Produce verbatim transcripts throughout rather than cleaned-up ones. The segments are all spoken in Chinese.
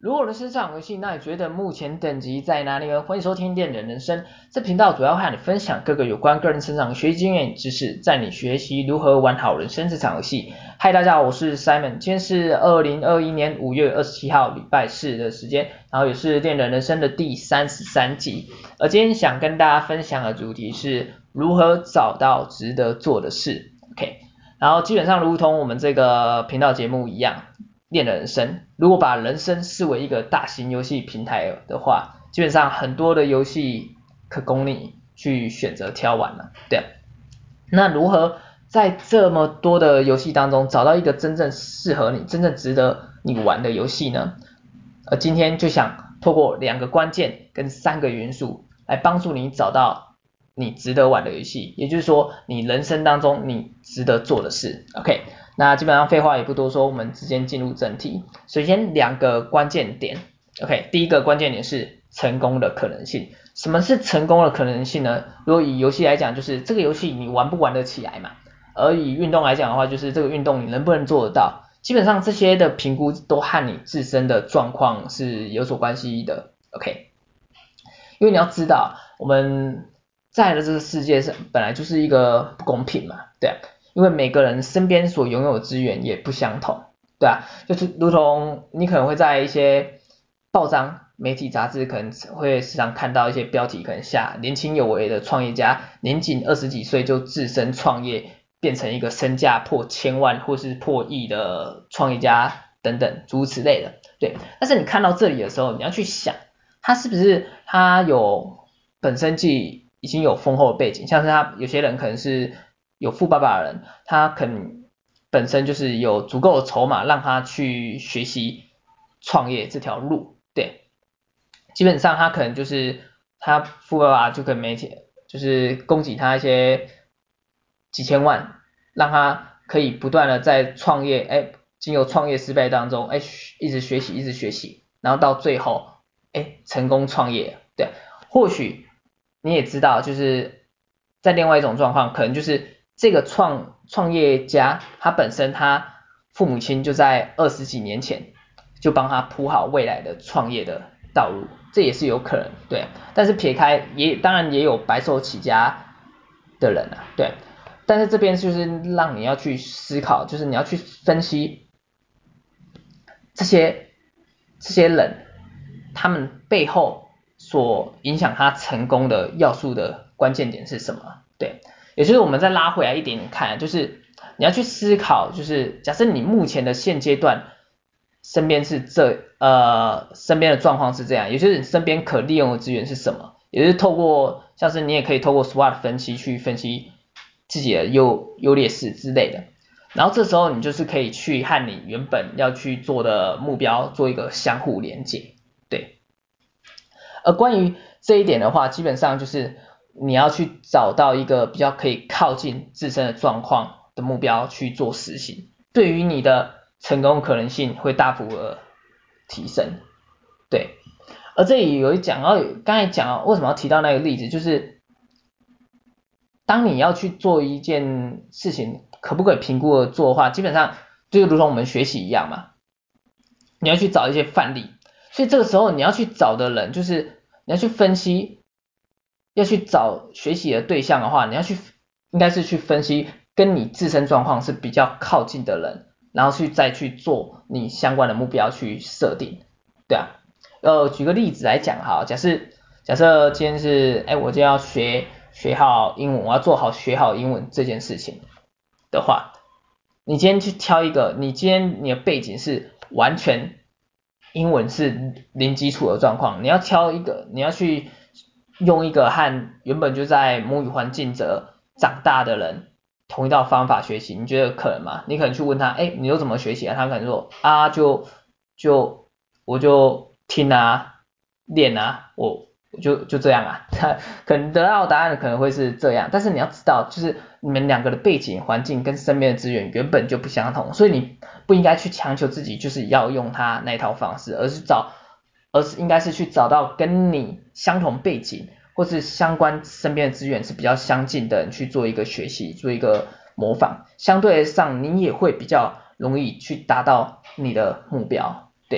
如果人生这场游戏，那你觉得目前等级在哪里呢？欢迎收听练人人生，这频道主要和你分享各个有关个人成长学习经验知识，在你学习如何玩好人生这场游戏。嗨，大家好，我是 Simon， 今天是二零二一年五月二十七号礼拜四的时间，然后也是练人人生的第三十三集。而今天想跟大家分享的主题是如何找到值得做的事。OK， 然后基本上如同我们这个频道节目一样。练人生，如果把人生视为一个大型游戏平台的话，基本上很多的游戏可供你去选择挑玩了，对啊。那如何在这么多的游戏当中找到一个真正适合你、真正值得你玩的游戏呢？而今天就想透过两个关键跟三个元素来帮助你找到你值得玩的游戏，也就是说你人生当中你值得做的事。OK。那基本上废话也不多说，我们直接进入正题。首先两个关键点 ，OK， 第一个关键点是成功的可能性。什么是成功的可能性呢？如果以游戏来讲，就是这个游戏你玩不玩得起来嘛。而以运动来讲的话，就是这个运动你能不能做得到。基本上这些的评估都和你自身的状况是有所关系的 ，OK。因为你要知道，我们在的这个世界上本来就是一个不公平嘛，对啊。因为每个人身边所拥有的资源也不相同，对啊，就是如同你可能会在一些报章、媒体、杂志可能会时常看到一些标题，可能下年轻有为的创业家，年仅二十几岁就自身创业，变成一个身价破千万或是破亿的创业家等等诸如此类的，对。但是你看到这里的时候，你要去想，他是不是他有本身就已经有丰厚的背景，像是他有些人可能是有富爸爸的人，他可能本身就是有足够的筹码让他去学习创业这条路，对，基本上他可能就是他富爸爸就可能每天就是供给他一些几千万，让他可以不断的在创业，哎，经由创业失败当中，哎，一直学习，一直学习，然后到最后，哎，成功创业，对，或许你也知道，就是在另外一种状况，可能就是这个创创业家他本身他父母亲就在二十几年前就帮他铺好未来的创业的道路，这也是有可能，对。但是撇开也当然也有白手起家的人啊，对。但是这边就是让你要去思考，就是你要去分析这些这些人他们背后所影响他成功的要素的关键点是什么？对，也就是我们再拉回来一点点看，就是你要去思考，就是假设你目前的现阶段身边是这呃身边的状况是这样，也就是你身边可利用的资源是什么？也就是透过像是你也可以透过 SWOT 分析去分析自己的优优劣势之类的。然后这时候你就是可以去和你原本要去做的目标做一个相互连接，对。而关于这一点的话，基本上就是你要去找到一个比较可以靠近自身的状况的目标去做实行，对于你的成功可能性会大幅的提升，对。而这里有一讲到，刚才讲为什么要提到那个例子，就是当你要去做一件事情，可不可以评估的做的话，基本上就如同我们学习一样嘛，你要去找一些范例，所以这个时候你要去找的人，就是你要去分析，要去找学习的对象的话，你要去应该是去分析跟你自身状况是比较靠近的人，然后去再去做你相关的目标去设定，对啊。呃，举个例子来讲哈，假设假设今天是，哎，我今天要学学好英文，我要做好学好英文这件事情的话，你今天去挑一个，你今天你的背景是完全英文是零基础的状况，你要挑一个，你要去用一个和原本就在母语环境者长大的人同一套方法学习，你觉得可能吗？你可能去问他，哎，你都怎么学习啊？他可能说啊，就就我就听啊，练啊，我就就这样啊，可能得到的答案可能会是这样，但是你要知道，就是你们两个的背景环境跟身边的资源原本就不相同，所以你不应该去强求自己就是要用他那一套方式，而是找，而是应该是去找到跟你相同背景或是相关身边的资源是比较相近的人去做一个学习，做一个模仿，相对上你也会比较容易去达到你的目标，对。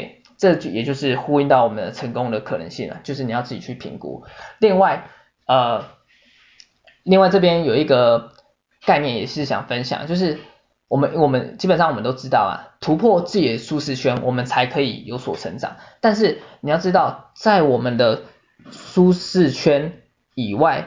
这也就是呼应到我们的成功的可能性了，就是你要自己去评估。另外，呃，另外这边有一个概念也是想分享，就是我们我们基本上我们都知道啊，突破自己的舒适圈，我们才可以有所成长。但是你要知道，在我们的舒适圈以外，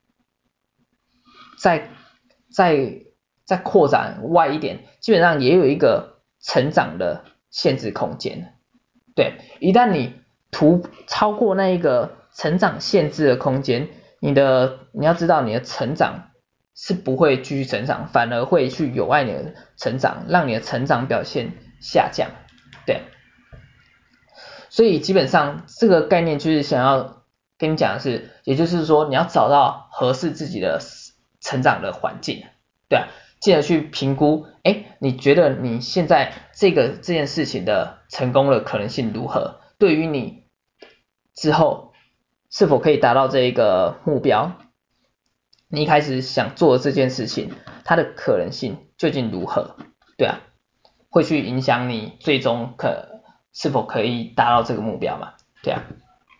再再再扩展外一点，基本上也有一个成长的限制空间。对，一旦你突超过那一个成长限制的空间，你的你要知道你的成长是不会继续成长，反而会去有碍你的成长，让你的成长表现下降。对，所以基本上这个概念就是想要跟你讲的是，也就是说你要找到合适自己的成长的环境，对啊，进而去评估，哎，你觉得你现在这个这件事情的成功的可能性如何？对于你之后是否可以达到这一个目标，你一开始想做的这件事情，它的可能性究竟如何？对啊，会去影响你最终可是否可以达到这个目标嘛？对啊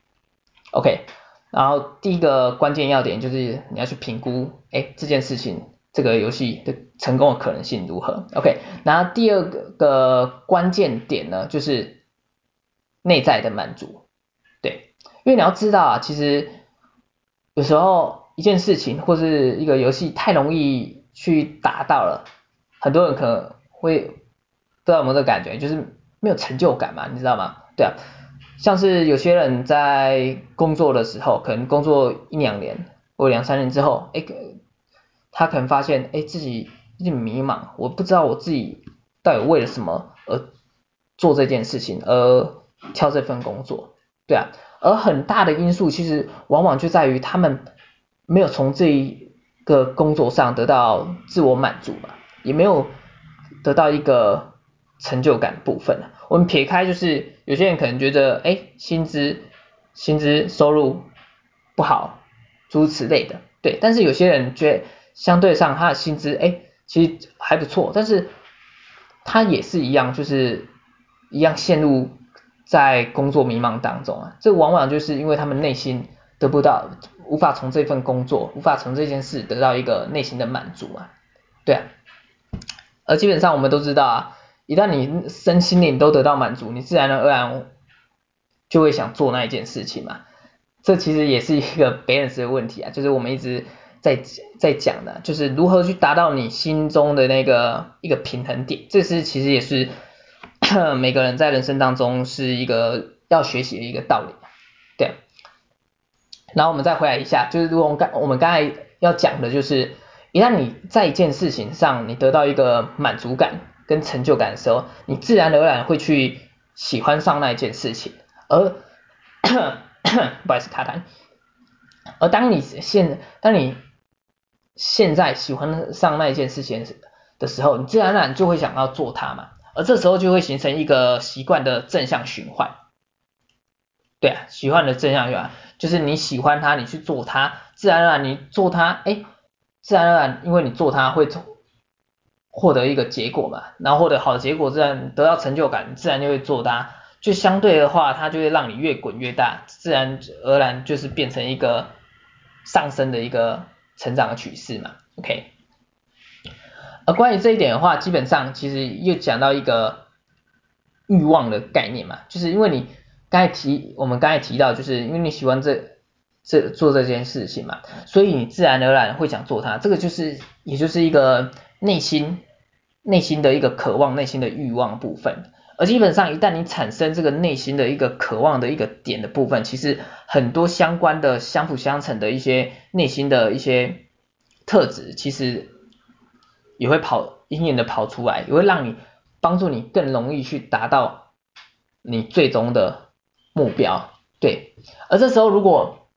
，OK。然后第一个关键要点就是你要去评估，哎，这件事情这个游戏的成功的可能性如何 ？OK。然后第二个关键点呢，就是内在的满足，对，因为你要知道啊，其实有时候一件事情或是一个游戏太容易去达到了，很多人可能会不知道有没有这个感觉，就是没有成就感嘛，你知道吗？对啊。像是有些人在工作的时候，可能工作一两年或两三年之后，哎，他可能发现，哎，自己有点迷茫，我不知道我自己到底为了什么而做这件事情，而挑这份工作，对啊，而很大的因素其实往往就在于他们没有从这一个工作上得到自我满足嘛，也没有得到一个成就感部分。我们撇开就是有些人可能觉得，哎，薪资薪资收入不好，诸如此类的，对。但是有些人觉得相对上他的薪资，哎，其实还不错，但是他也是一样，就是一样陷入在工作迷茫当中啊。这往往就是因为他们内心得不到，无法从这份工作，无法从这件事得到一个内心的满足啊，对啊。而基本上我们都知道啊，一旦你身心灵都得到满足，你自然而然就会想做那一件事情嘛。这其实也是一个 balance 的问题啊，就是我们一直在在讲的，就是如何去达到你心中的那个一个平衡点。这是其实也是每个人在人生当中是一个要学习的一个道理，对。然后我们再回来一下，就是如果我们刚我们刚才要讲的就是，一旦你在一件事情上你得到一个满足感跟成就感的时候，你自然而然会去喜欢上那一件事情，而不好意思卡痰。而当你现当你现在喜欢上那一件事情的时候，你自然而然就会想要做它嘛，而这时候就会形成一个习惯的正向循环。对啊，喜欢的正向循环就是你喜欢它，你去做它，自然而然你做它，哎，自然而然因为你做它会获得一个结果嘛，然后获得好的结果，自然得到成就感，自然就会做它。就相对的话，它就会让你越滚越大，自然而然就是变成一个上升的一个成长的趋势嘛。OK。而关于这一点的话，基本上其实又讲到一个欲望的概念嘛，就是因为你刚才提，我们刚才提到，就是因为你喜欢这这做这件事情嘛，所以你自然而然会想做它，这个就是也就是一个内心内心的一个渴望，内心的欲望部分。而基本上一旦你产生这个内心的一个渴望的一个点的部分，其实很多相关的相辅相成的一些内心的一些特质，其实也会跑隐隐的跑出来，也会让你帮助你更容易去达到你最终的目标。对，而这时候如果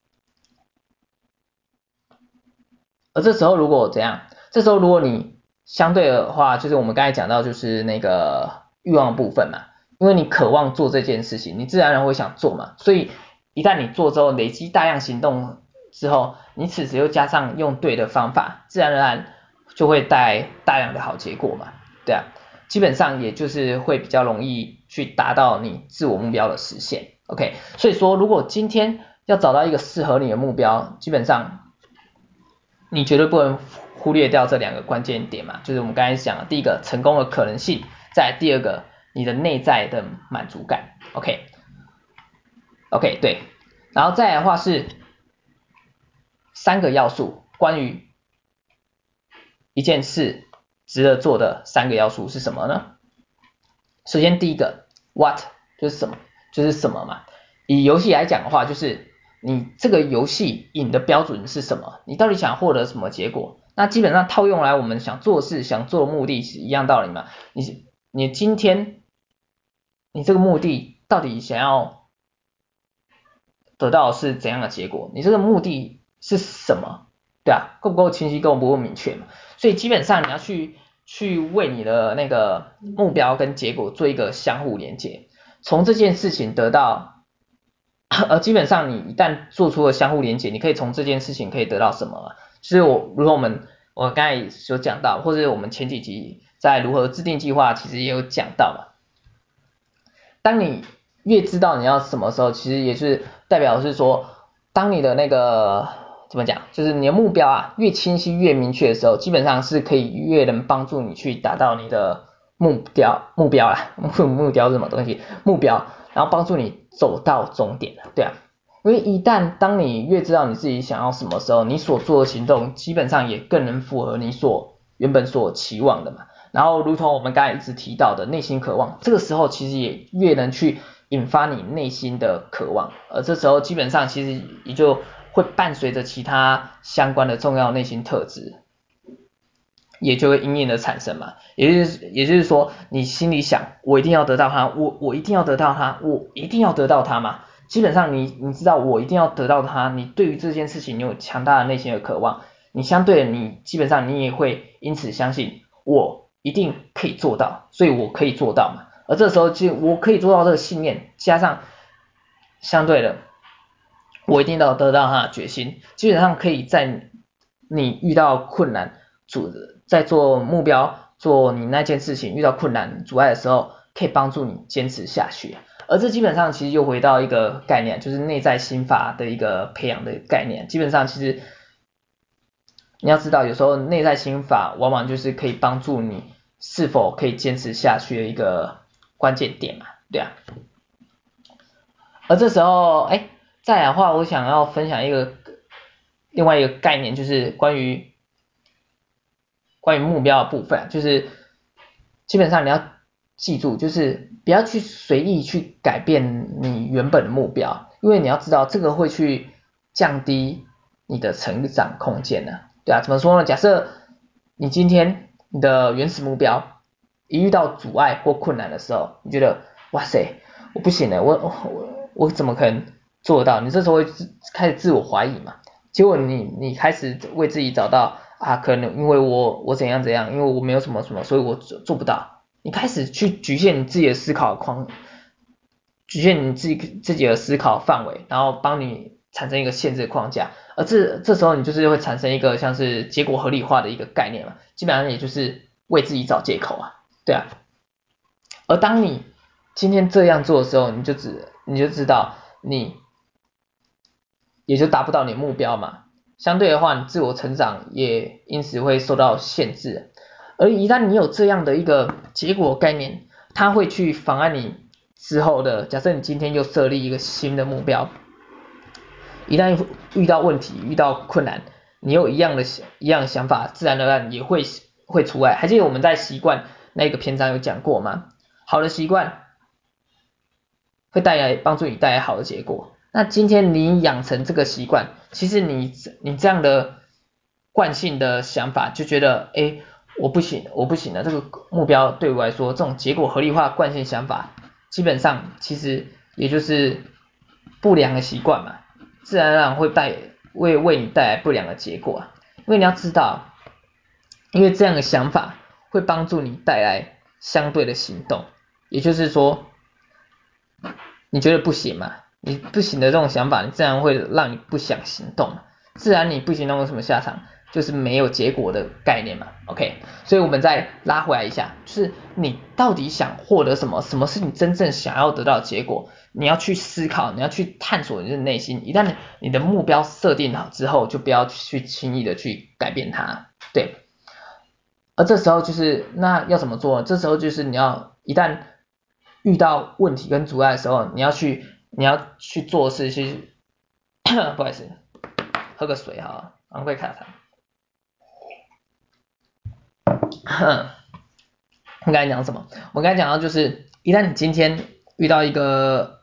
而这时候如果怎样？这时候如果你相对的话，就是我们刚才讲到就是那个欲望部分嘛，因为你渴望做这件事情，你自然而然会想做嘛，所以一旦你做之后累积大量行动之后，你此时又加上用对的方法，自然而然就会带大量的好结果嘛，对啊。 基本上也就是会比较容易去达到你自我目标的实现。OK， 所以说如果今天要找到一个适合你的目标，基本上你绝对不能忽略掉这两个关键点嘛，就是我们刚才讲的第一个成功的可能性，再来第二个你的内在的满足感。 OK OK 对，然后再来的话是三个要素，关于一件事值得做的三个要素是什么呢？首先第一个 what 就是什么，就是什么嘛，以游戏来讲的话，就是你这个游戏赢的标准是什么，你到底想获得什么结果，那基本上套用来我们想做事想做的目的是一样道理嘛，你你今天你这个目的到底想要得到的是怎样的结果，你这个目的是什么，对啊，够不够清晰，够不够明确嘛，所以基本上你要去去为你的那个目标跟结果做一个相互连接，从这件事情得到呃，基本上你一旦做出了相互连结，你可以从这件事情可以得到什么嘛？就是我如果我们我刚才所讲到，或者我们前几集在如何制定计划其实也有讲到嘛，当你越知道你要什么时候，其实也是代表是说，当你的那个怎么讲，就是你的目标啊越清晰越明确的时候，基本上是可以越能帮助你去达到你的目标目标啦，目标是什么东西？目标，然后帮助你走到终点，对啊，因为一旦当你越知道你自己想要什么时候，你所做的行动基本上也更能符合你所原本所期望的嘛。然后如同我们刚才一直提到的内心渴望，这个时候其实也越能去引发你内心的渴望，而这时候基本上其实也就会伴随着其他相关的重要内心特质，也就会因应的产生嘛，也就是也就是说你心里想我一定要得到它，我我一定要得到它，我一定要得到它嘛，基本上你你知道我一定要得到它，你对于这件事情你有强大的内心的渴望，你相对的你基本上你也会因此相信我一定可以做到，所以我可以做到嘛，而这时候就我可以做到这个信念，加上相对的我一定要得到它的决心，基本上可以在你遇到困难阻在做目标做你那件事情遇到困难阻碍的时候，可以帮助你坚持下去，而这基本上其实又回到一个概念，就是内在心法的一个培养的概念，基本上其实你要知道有时候内在心法往往就是可以帮助你是否可以坚持下去的一个关键点嘛，对啊，而这时候哎，再来的话我想要分享一个另外一个概念，就是关于关于目标的部分，就是基本上你要记住，就是不要去随意去改变你原本的目标，因为你要知道这个会去降低你的成长空间呢，对啊，怎么说呢？假设你今天你的原始目标一遇到阻碍或困难的时候，你觉得哇塞我不行了，我我我怎么可能做得到？你这时候会开始自我怀疑嘛，结果你你开始为自己找到啊，可能因为我我怎样怎样，因为我没有什么什么，所以我做做不到。你开始去局限你自己的思考框，局限你自己自己的思考范围，然后帮你产生一个限制框架，而这这时候你就是会产生一个像是结果合理化的一个概念嘛，基本上也就是为自己找借口啊，对啊。而当你今天这样做的时候，你就知你就知道你也就达不到你的目标嘛，相对的话你自我成长也因此会受到限制，而一旦你有这样的一个结果概念，它会去妨碍你之后的，假设你今天又设立一个新的目标，一旦遇到问题遇到困难，你有一样的一样的想法，自然而然也会会出来。还记得我们在习惯那个篇章有讲过吗？好的习惯会带来帮助你带来好的结果，那今天你养成这个习惯，其实你你这样的惯性的想法就觉得诶我不行我不行了，这个目标对我来说这种结果合理化惯性想法基本上其实也就是不良的习惯嘛，自然而然会带会为你带来不良的结果啊，因为你要知道，因为这样的想法会帮助你带来相对的行动，也就是说你觉得不行嘛，你不行的这种想法，你自然会让你不想行动，自然你不行动有什么下场？ 就是没有结果的概念嘛 ，OK， 所以我们再拉回来一下，就是你到底想获得什么，什么是你真正想要得到的结果，你要去思考，你要去探索你的内心，一旦你的目标设定好之后，就不要去轻易的去改变它，对，而这时候就是那要怎么做呢？这时候就是你要一旦遇到问题跟阻碍的时候，你要去你要去做的事是不好意思，喝个水哈，昂贵卡痰。我刚才讲什么？我刚才讲到就是，一旦你今天遇到一个，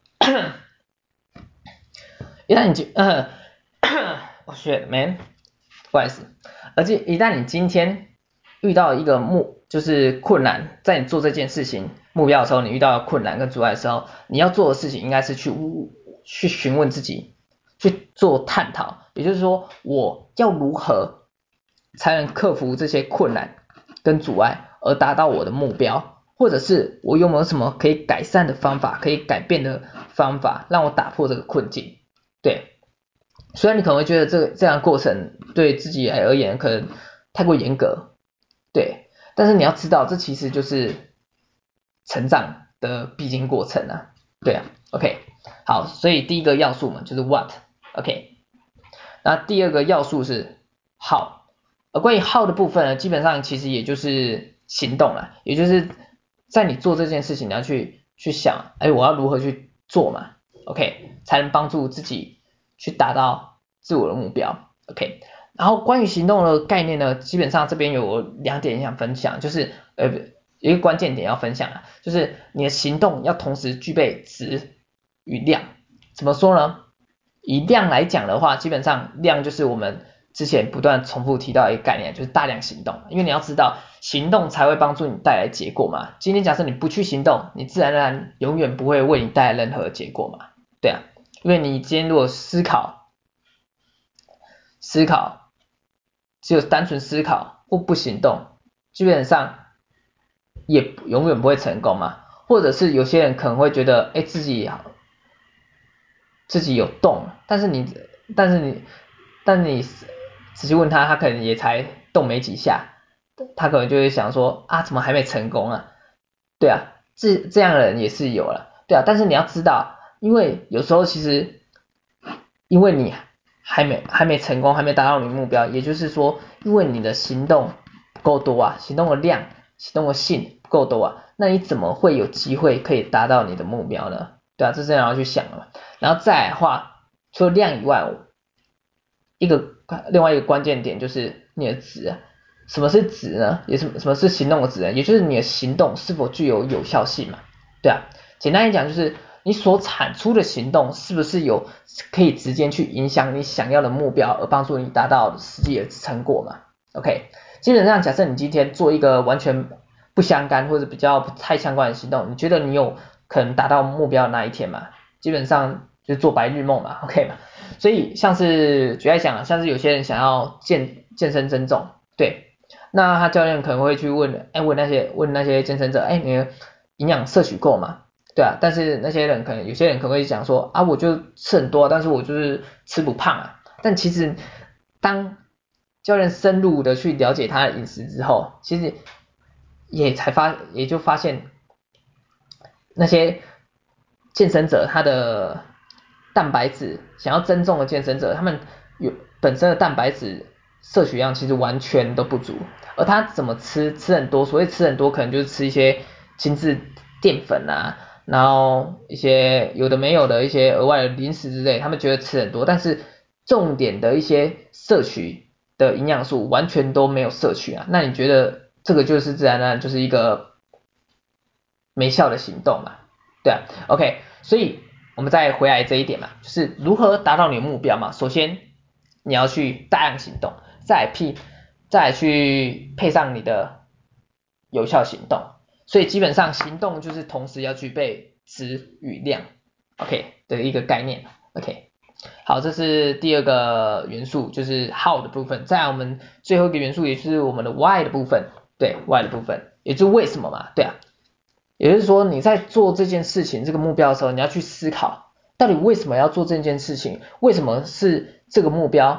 一旦你今，呃，我 shit man， 不好意思，而且一旦你今天遇到一个目就是困难，在你做这件事情目标的时候，你遇到困难跟阻碍的时候，你要做的事情应该是去去询问自己，去做探讨，也就是说，我要如何才能克服这些困难跟阻碍，而达到我的目标，或者是我有没有什么可以改善的方法，可以改变的方法，让我打破这个困境。对，虽然你可能会觉得这个这样的过程对自己而言可能太过严格，对，但是你要知道，这其实就是成长的必经过程啊。对啊 ，OK， 好，所以第一个要素嘛就是 what，OK， 那第二个要素是 how。而关于 how 的部分呢，基本上其实也就是行动啦，也就是在你做这件事情，你要去去想，哎，我要如何去做嘛 ，OK， 才能帮助自己去达到自我的目标 ，OK。然后关于行动的概念呢，基本上这边有两点想分享，就是呃有一个关键点要分享啊，就是你的行动要同时具备质与量。怎么说呢？以量来讲的话，基本上量就是我们之前不断重复提到一个概念，就是大量行动。因为你要知道，行动才会帮助你带来结果嘛。今天假设你不去行动，你自然而然永远不会为你带来任何结果嘛。对啊，因为你今天如果思考，思考，只有单纯思考或不行动，基本上也永远不会成功嘛。或者是有些人可能会觉得，哎，自己自己有动，但是你，但是你，但是你仔细问他，他可能也才动没几下，他可能就会想说啊，怎么还没成功啊？对啊，这这样的人也是有了，对啊，但是你要知道，因为有时候其实，因为你还没还没成功，还没达到你目标，也就是说，因为你的行动不够多啊，行动的量、行动的性不够多啊，那你怎么会有机会可以达到你的目标呢？对啊，这是要去想的嘛。然后再来的话，除了量以外，一个另外一个关键点就是你的值。什么是值呢？也是什么是行动的值呢？也就是你的行动是否具有有效性嘛？对啊，简单一讲就是你所产出的行动是不是有可以直接去影响你想要的目标，而帮助你达到实际的成果嘛 ？OK， 基本上假设你今天做一个完全不相干或者比较不太相关的行动，你觉得你有可能达到目标的那一天嘛？基本上就是做白日梦嘛 ，OK 嘛？所以像是举例讲，像是有些人想要健健身增重，对。那他教练可能会去问，哎，问那些问那些健身者，哎，你的营养摄取够吗？对啊，但是那些人可能有些人可能会讲说，啊，我就吃很多，但是我就是吃不胖啊。但其实当教练深入的去了解他的饮食之后，其实也才发也就发现那些健身者他的蛋白质想要增重的健身者，他们有本身的蛋白质摄取量其实完全都不足，而他怎么吃吃很多，所谓吃很多可能就是吃一些精致淀粉啊，然后一些有的没有的一些额外的零食之类，他们觉得吃很多，但是重点的一些摄取的营养素完全都没有摄取啊，那你觉得这个就是自然而然就是一个没效的行动嘛？对啊 ，OK， 所以我们再回来这一点嘛，就是如何达到你的目标嘛。首先你要去大量行动，再配再去配上你的有效行动。所以基本上行动就是同时要具备质与量 ，OK 的一个概念 ，OK。好，这是第二个元素，就是 how 的部分。再来我们最后一个元素，也就是我们的 why 的部分，对 why 的部分，也就是为什么嘛，对啊。也就是说你在做这件事情这个目标的时候，你要去思考到底为什么要做这件事情，为什么是这个目标，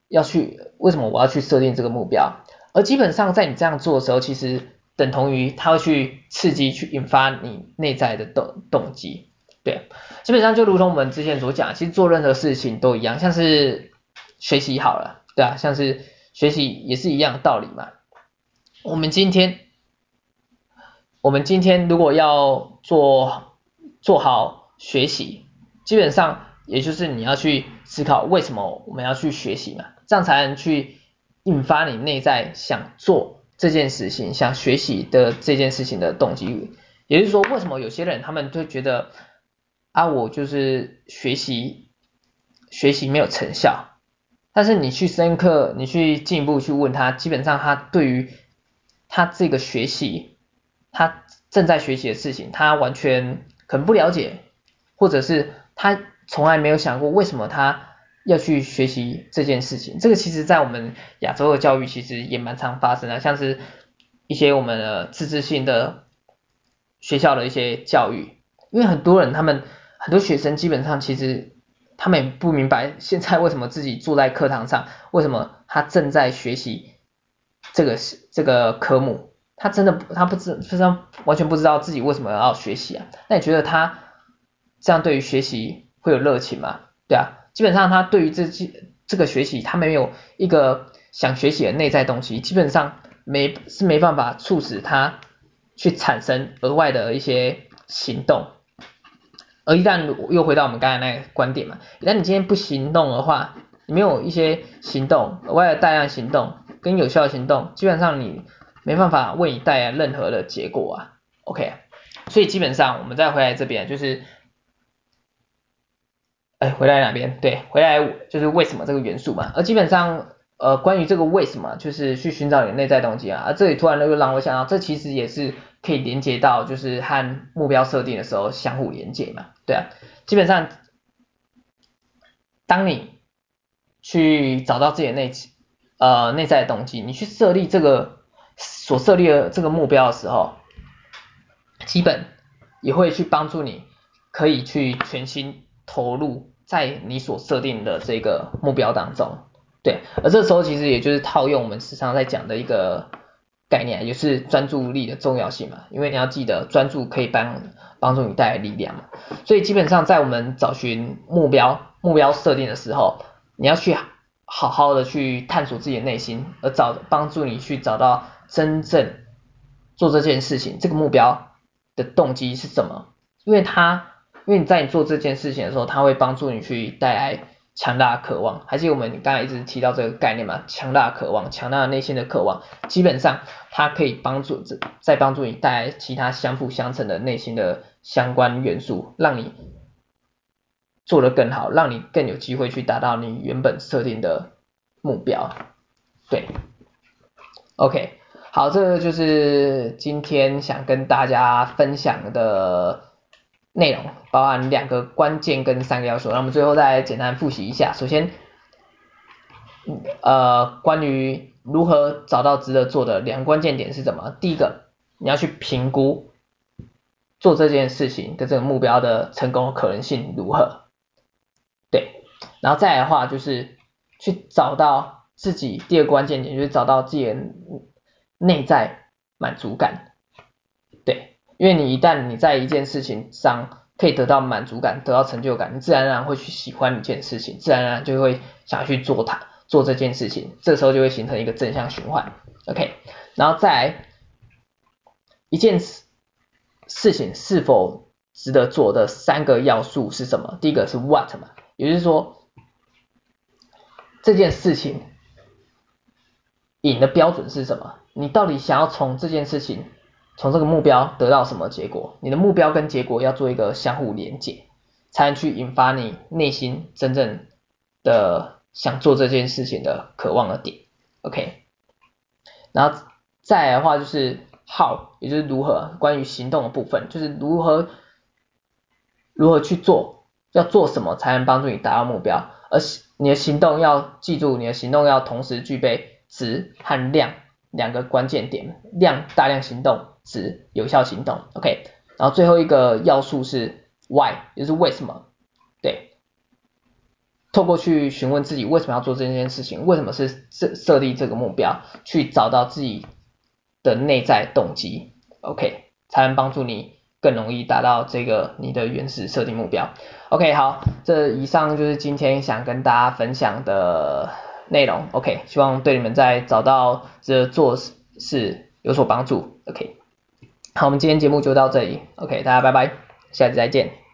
要去为什么我要去设定这个目标？而基本上在你这样做的时候，其实等同于它会去刺激、去引发你内在的动动机。对，基本上就如同我们之前所讲，其实做任何事情都一样，像是学习好了，对啊，像是学习也是一样的道理嘛。我们今天，我们今天如果要做做好学习，基本上也就是你要去思考为什么我们要去学习嘛，这样才能去引发你内在想做这件事情、想学习的这件事情的动机。也就是说，为什么有些人他们就觉得啊，我就是学习学习没有成效，但是你去深刻，你去进一步去问他，基本上他对于他这个学习，他正在学习的事情，他完全可能不了解，或者是他从来没有想过为什么他要去学习这件事情。这个其实在我们亚洲的教育其实也蛮常发生的，像是一些我们的自治性的学校的一些教育，因为很多人他们很多学生基本上其实他们也不明白现在为什么自己坐在课堂上，为什么他正在学习这个这个科目，他真的他不知非常完全不知道自己为什么要学习啊。那你觉得他这样对于学习会有热情吗？对啊，基本上他对于这这个学习他没有一个想学习的内在动机，基本上没是没办法促使他去产生额外的一些行动。而一旦又回到我们刚才那个观点嘛，一旦你今天不行动的话，你没有一些行动，额外的大量行动跟有效的行动，基本上你没办法为你带来任何的结果啊。OK， 所以基本上我们再回来这边就是，哎，回来哪边？对，回来就是为什么这个元素嘛。而基本上呃，关于这个为什么，就是去寻找你的内在动机啊。而这里突然又让我想到，这其实也是可以连接到，就是和目标设定的时候相互连接嘛。对啊，基本上当你去找到自己的内呃内在的动机，你去设立这个所设立的这个目标的时候，基本也会去帮助你可以去全心投入在你所设定的这个目标当中。对，而这时候其实也就是套用我们时常在讲的一个概念，也是专注力的重要性嘛。因为你要记得，专注可以帮帮助你带来力量嘛。所以基本上在我们找寻目标目标设定的时候，你要去好好的去探索自己的内心，而找帮助你去找到真正做这件事情这个目标的动机是什么。因为它因为你在你做这件事情的时候，它会帮助你去带来强大的渴望。还记得我们刚才一直提到这个概念嘛？强大的渴望，强大的内心的渴望，基本上它可以帮助再帮助你带来其他相辅相成的内心的相关元素，让你做得更好，让你更有机会去达到你原本设定的目标。对 ，OK， 好，这个就是今天想跟大家分享的内容，包含两个关键跟三个要素。那我们最后再简单复习一下。首先，呃，关于如何找到值得做的两个关键点是什么？第一个，你要去评估做这件事情的这个目标的成功可能性如何。对，然后再来的话就是去找到自己，第二个关键点就是找到自己的内在满足感。对，因为你一旦你在一件事情上可以得到满足感，得到成就感，你自然而然会去喜欢一件事情，自然而然就会想要去做它，做这件事情，这时候就会形成一个正向循环。OK， 然后再来一件事情是否值得做的三个要素是什么？第一个是 what 嘛，也就是说这件事情赢的标准是什么？你到底想要从这件事情从这个目标得到什么结果？你的目标跟结果要做一个相互连结，才能去引发你内心真正的想做这件事情的渴望的点。OK， 然后再来的话就是 how， 也就是如何，关于行动的部分，就是如何如何去做，要做什么才能帮助你达到目标，而你的行动要记住，你的行动要同时具备质和量两个关键点，量大量行动，质有效行动。 OK， 然后最后一个要素是 why， 就是为什么。对， 透过去询问自己为什么要做这件事情，为什么是设设立这个目标，去找到自己的内在动机 ，OK， 才能帮助你更容易达到这个你的原始设定目标。OK， 好，这以上就是今天想跟大家分享的内容。OK， 希望对你们在找到这做事有所帮助。OK， 好，我们今天节目就到这里。OK， 大家拜拜，下次再见。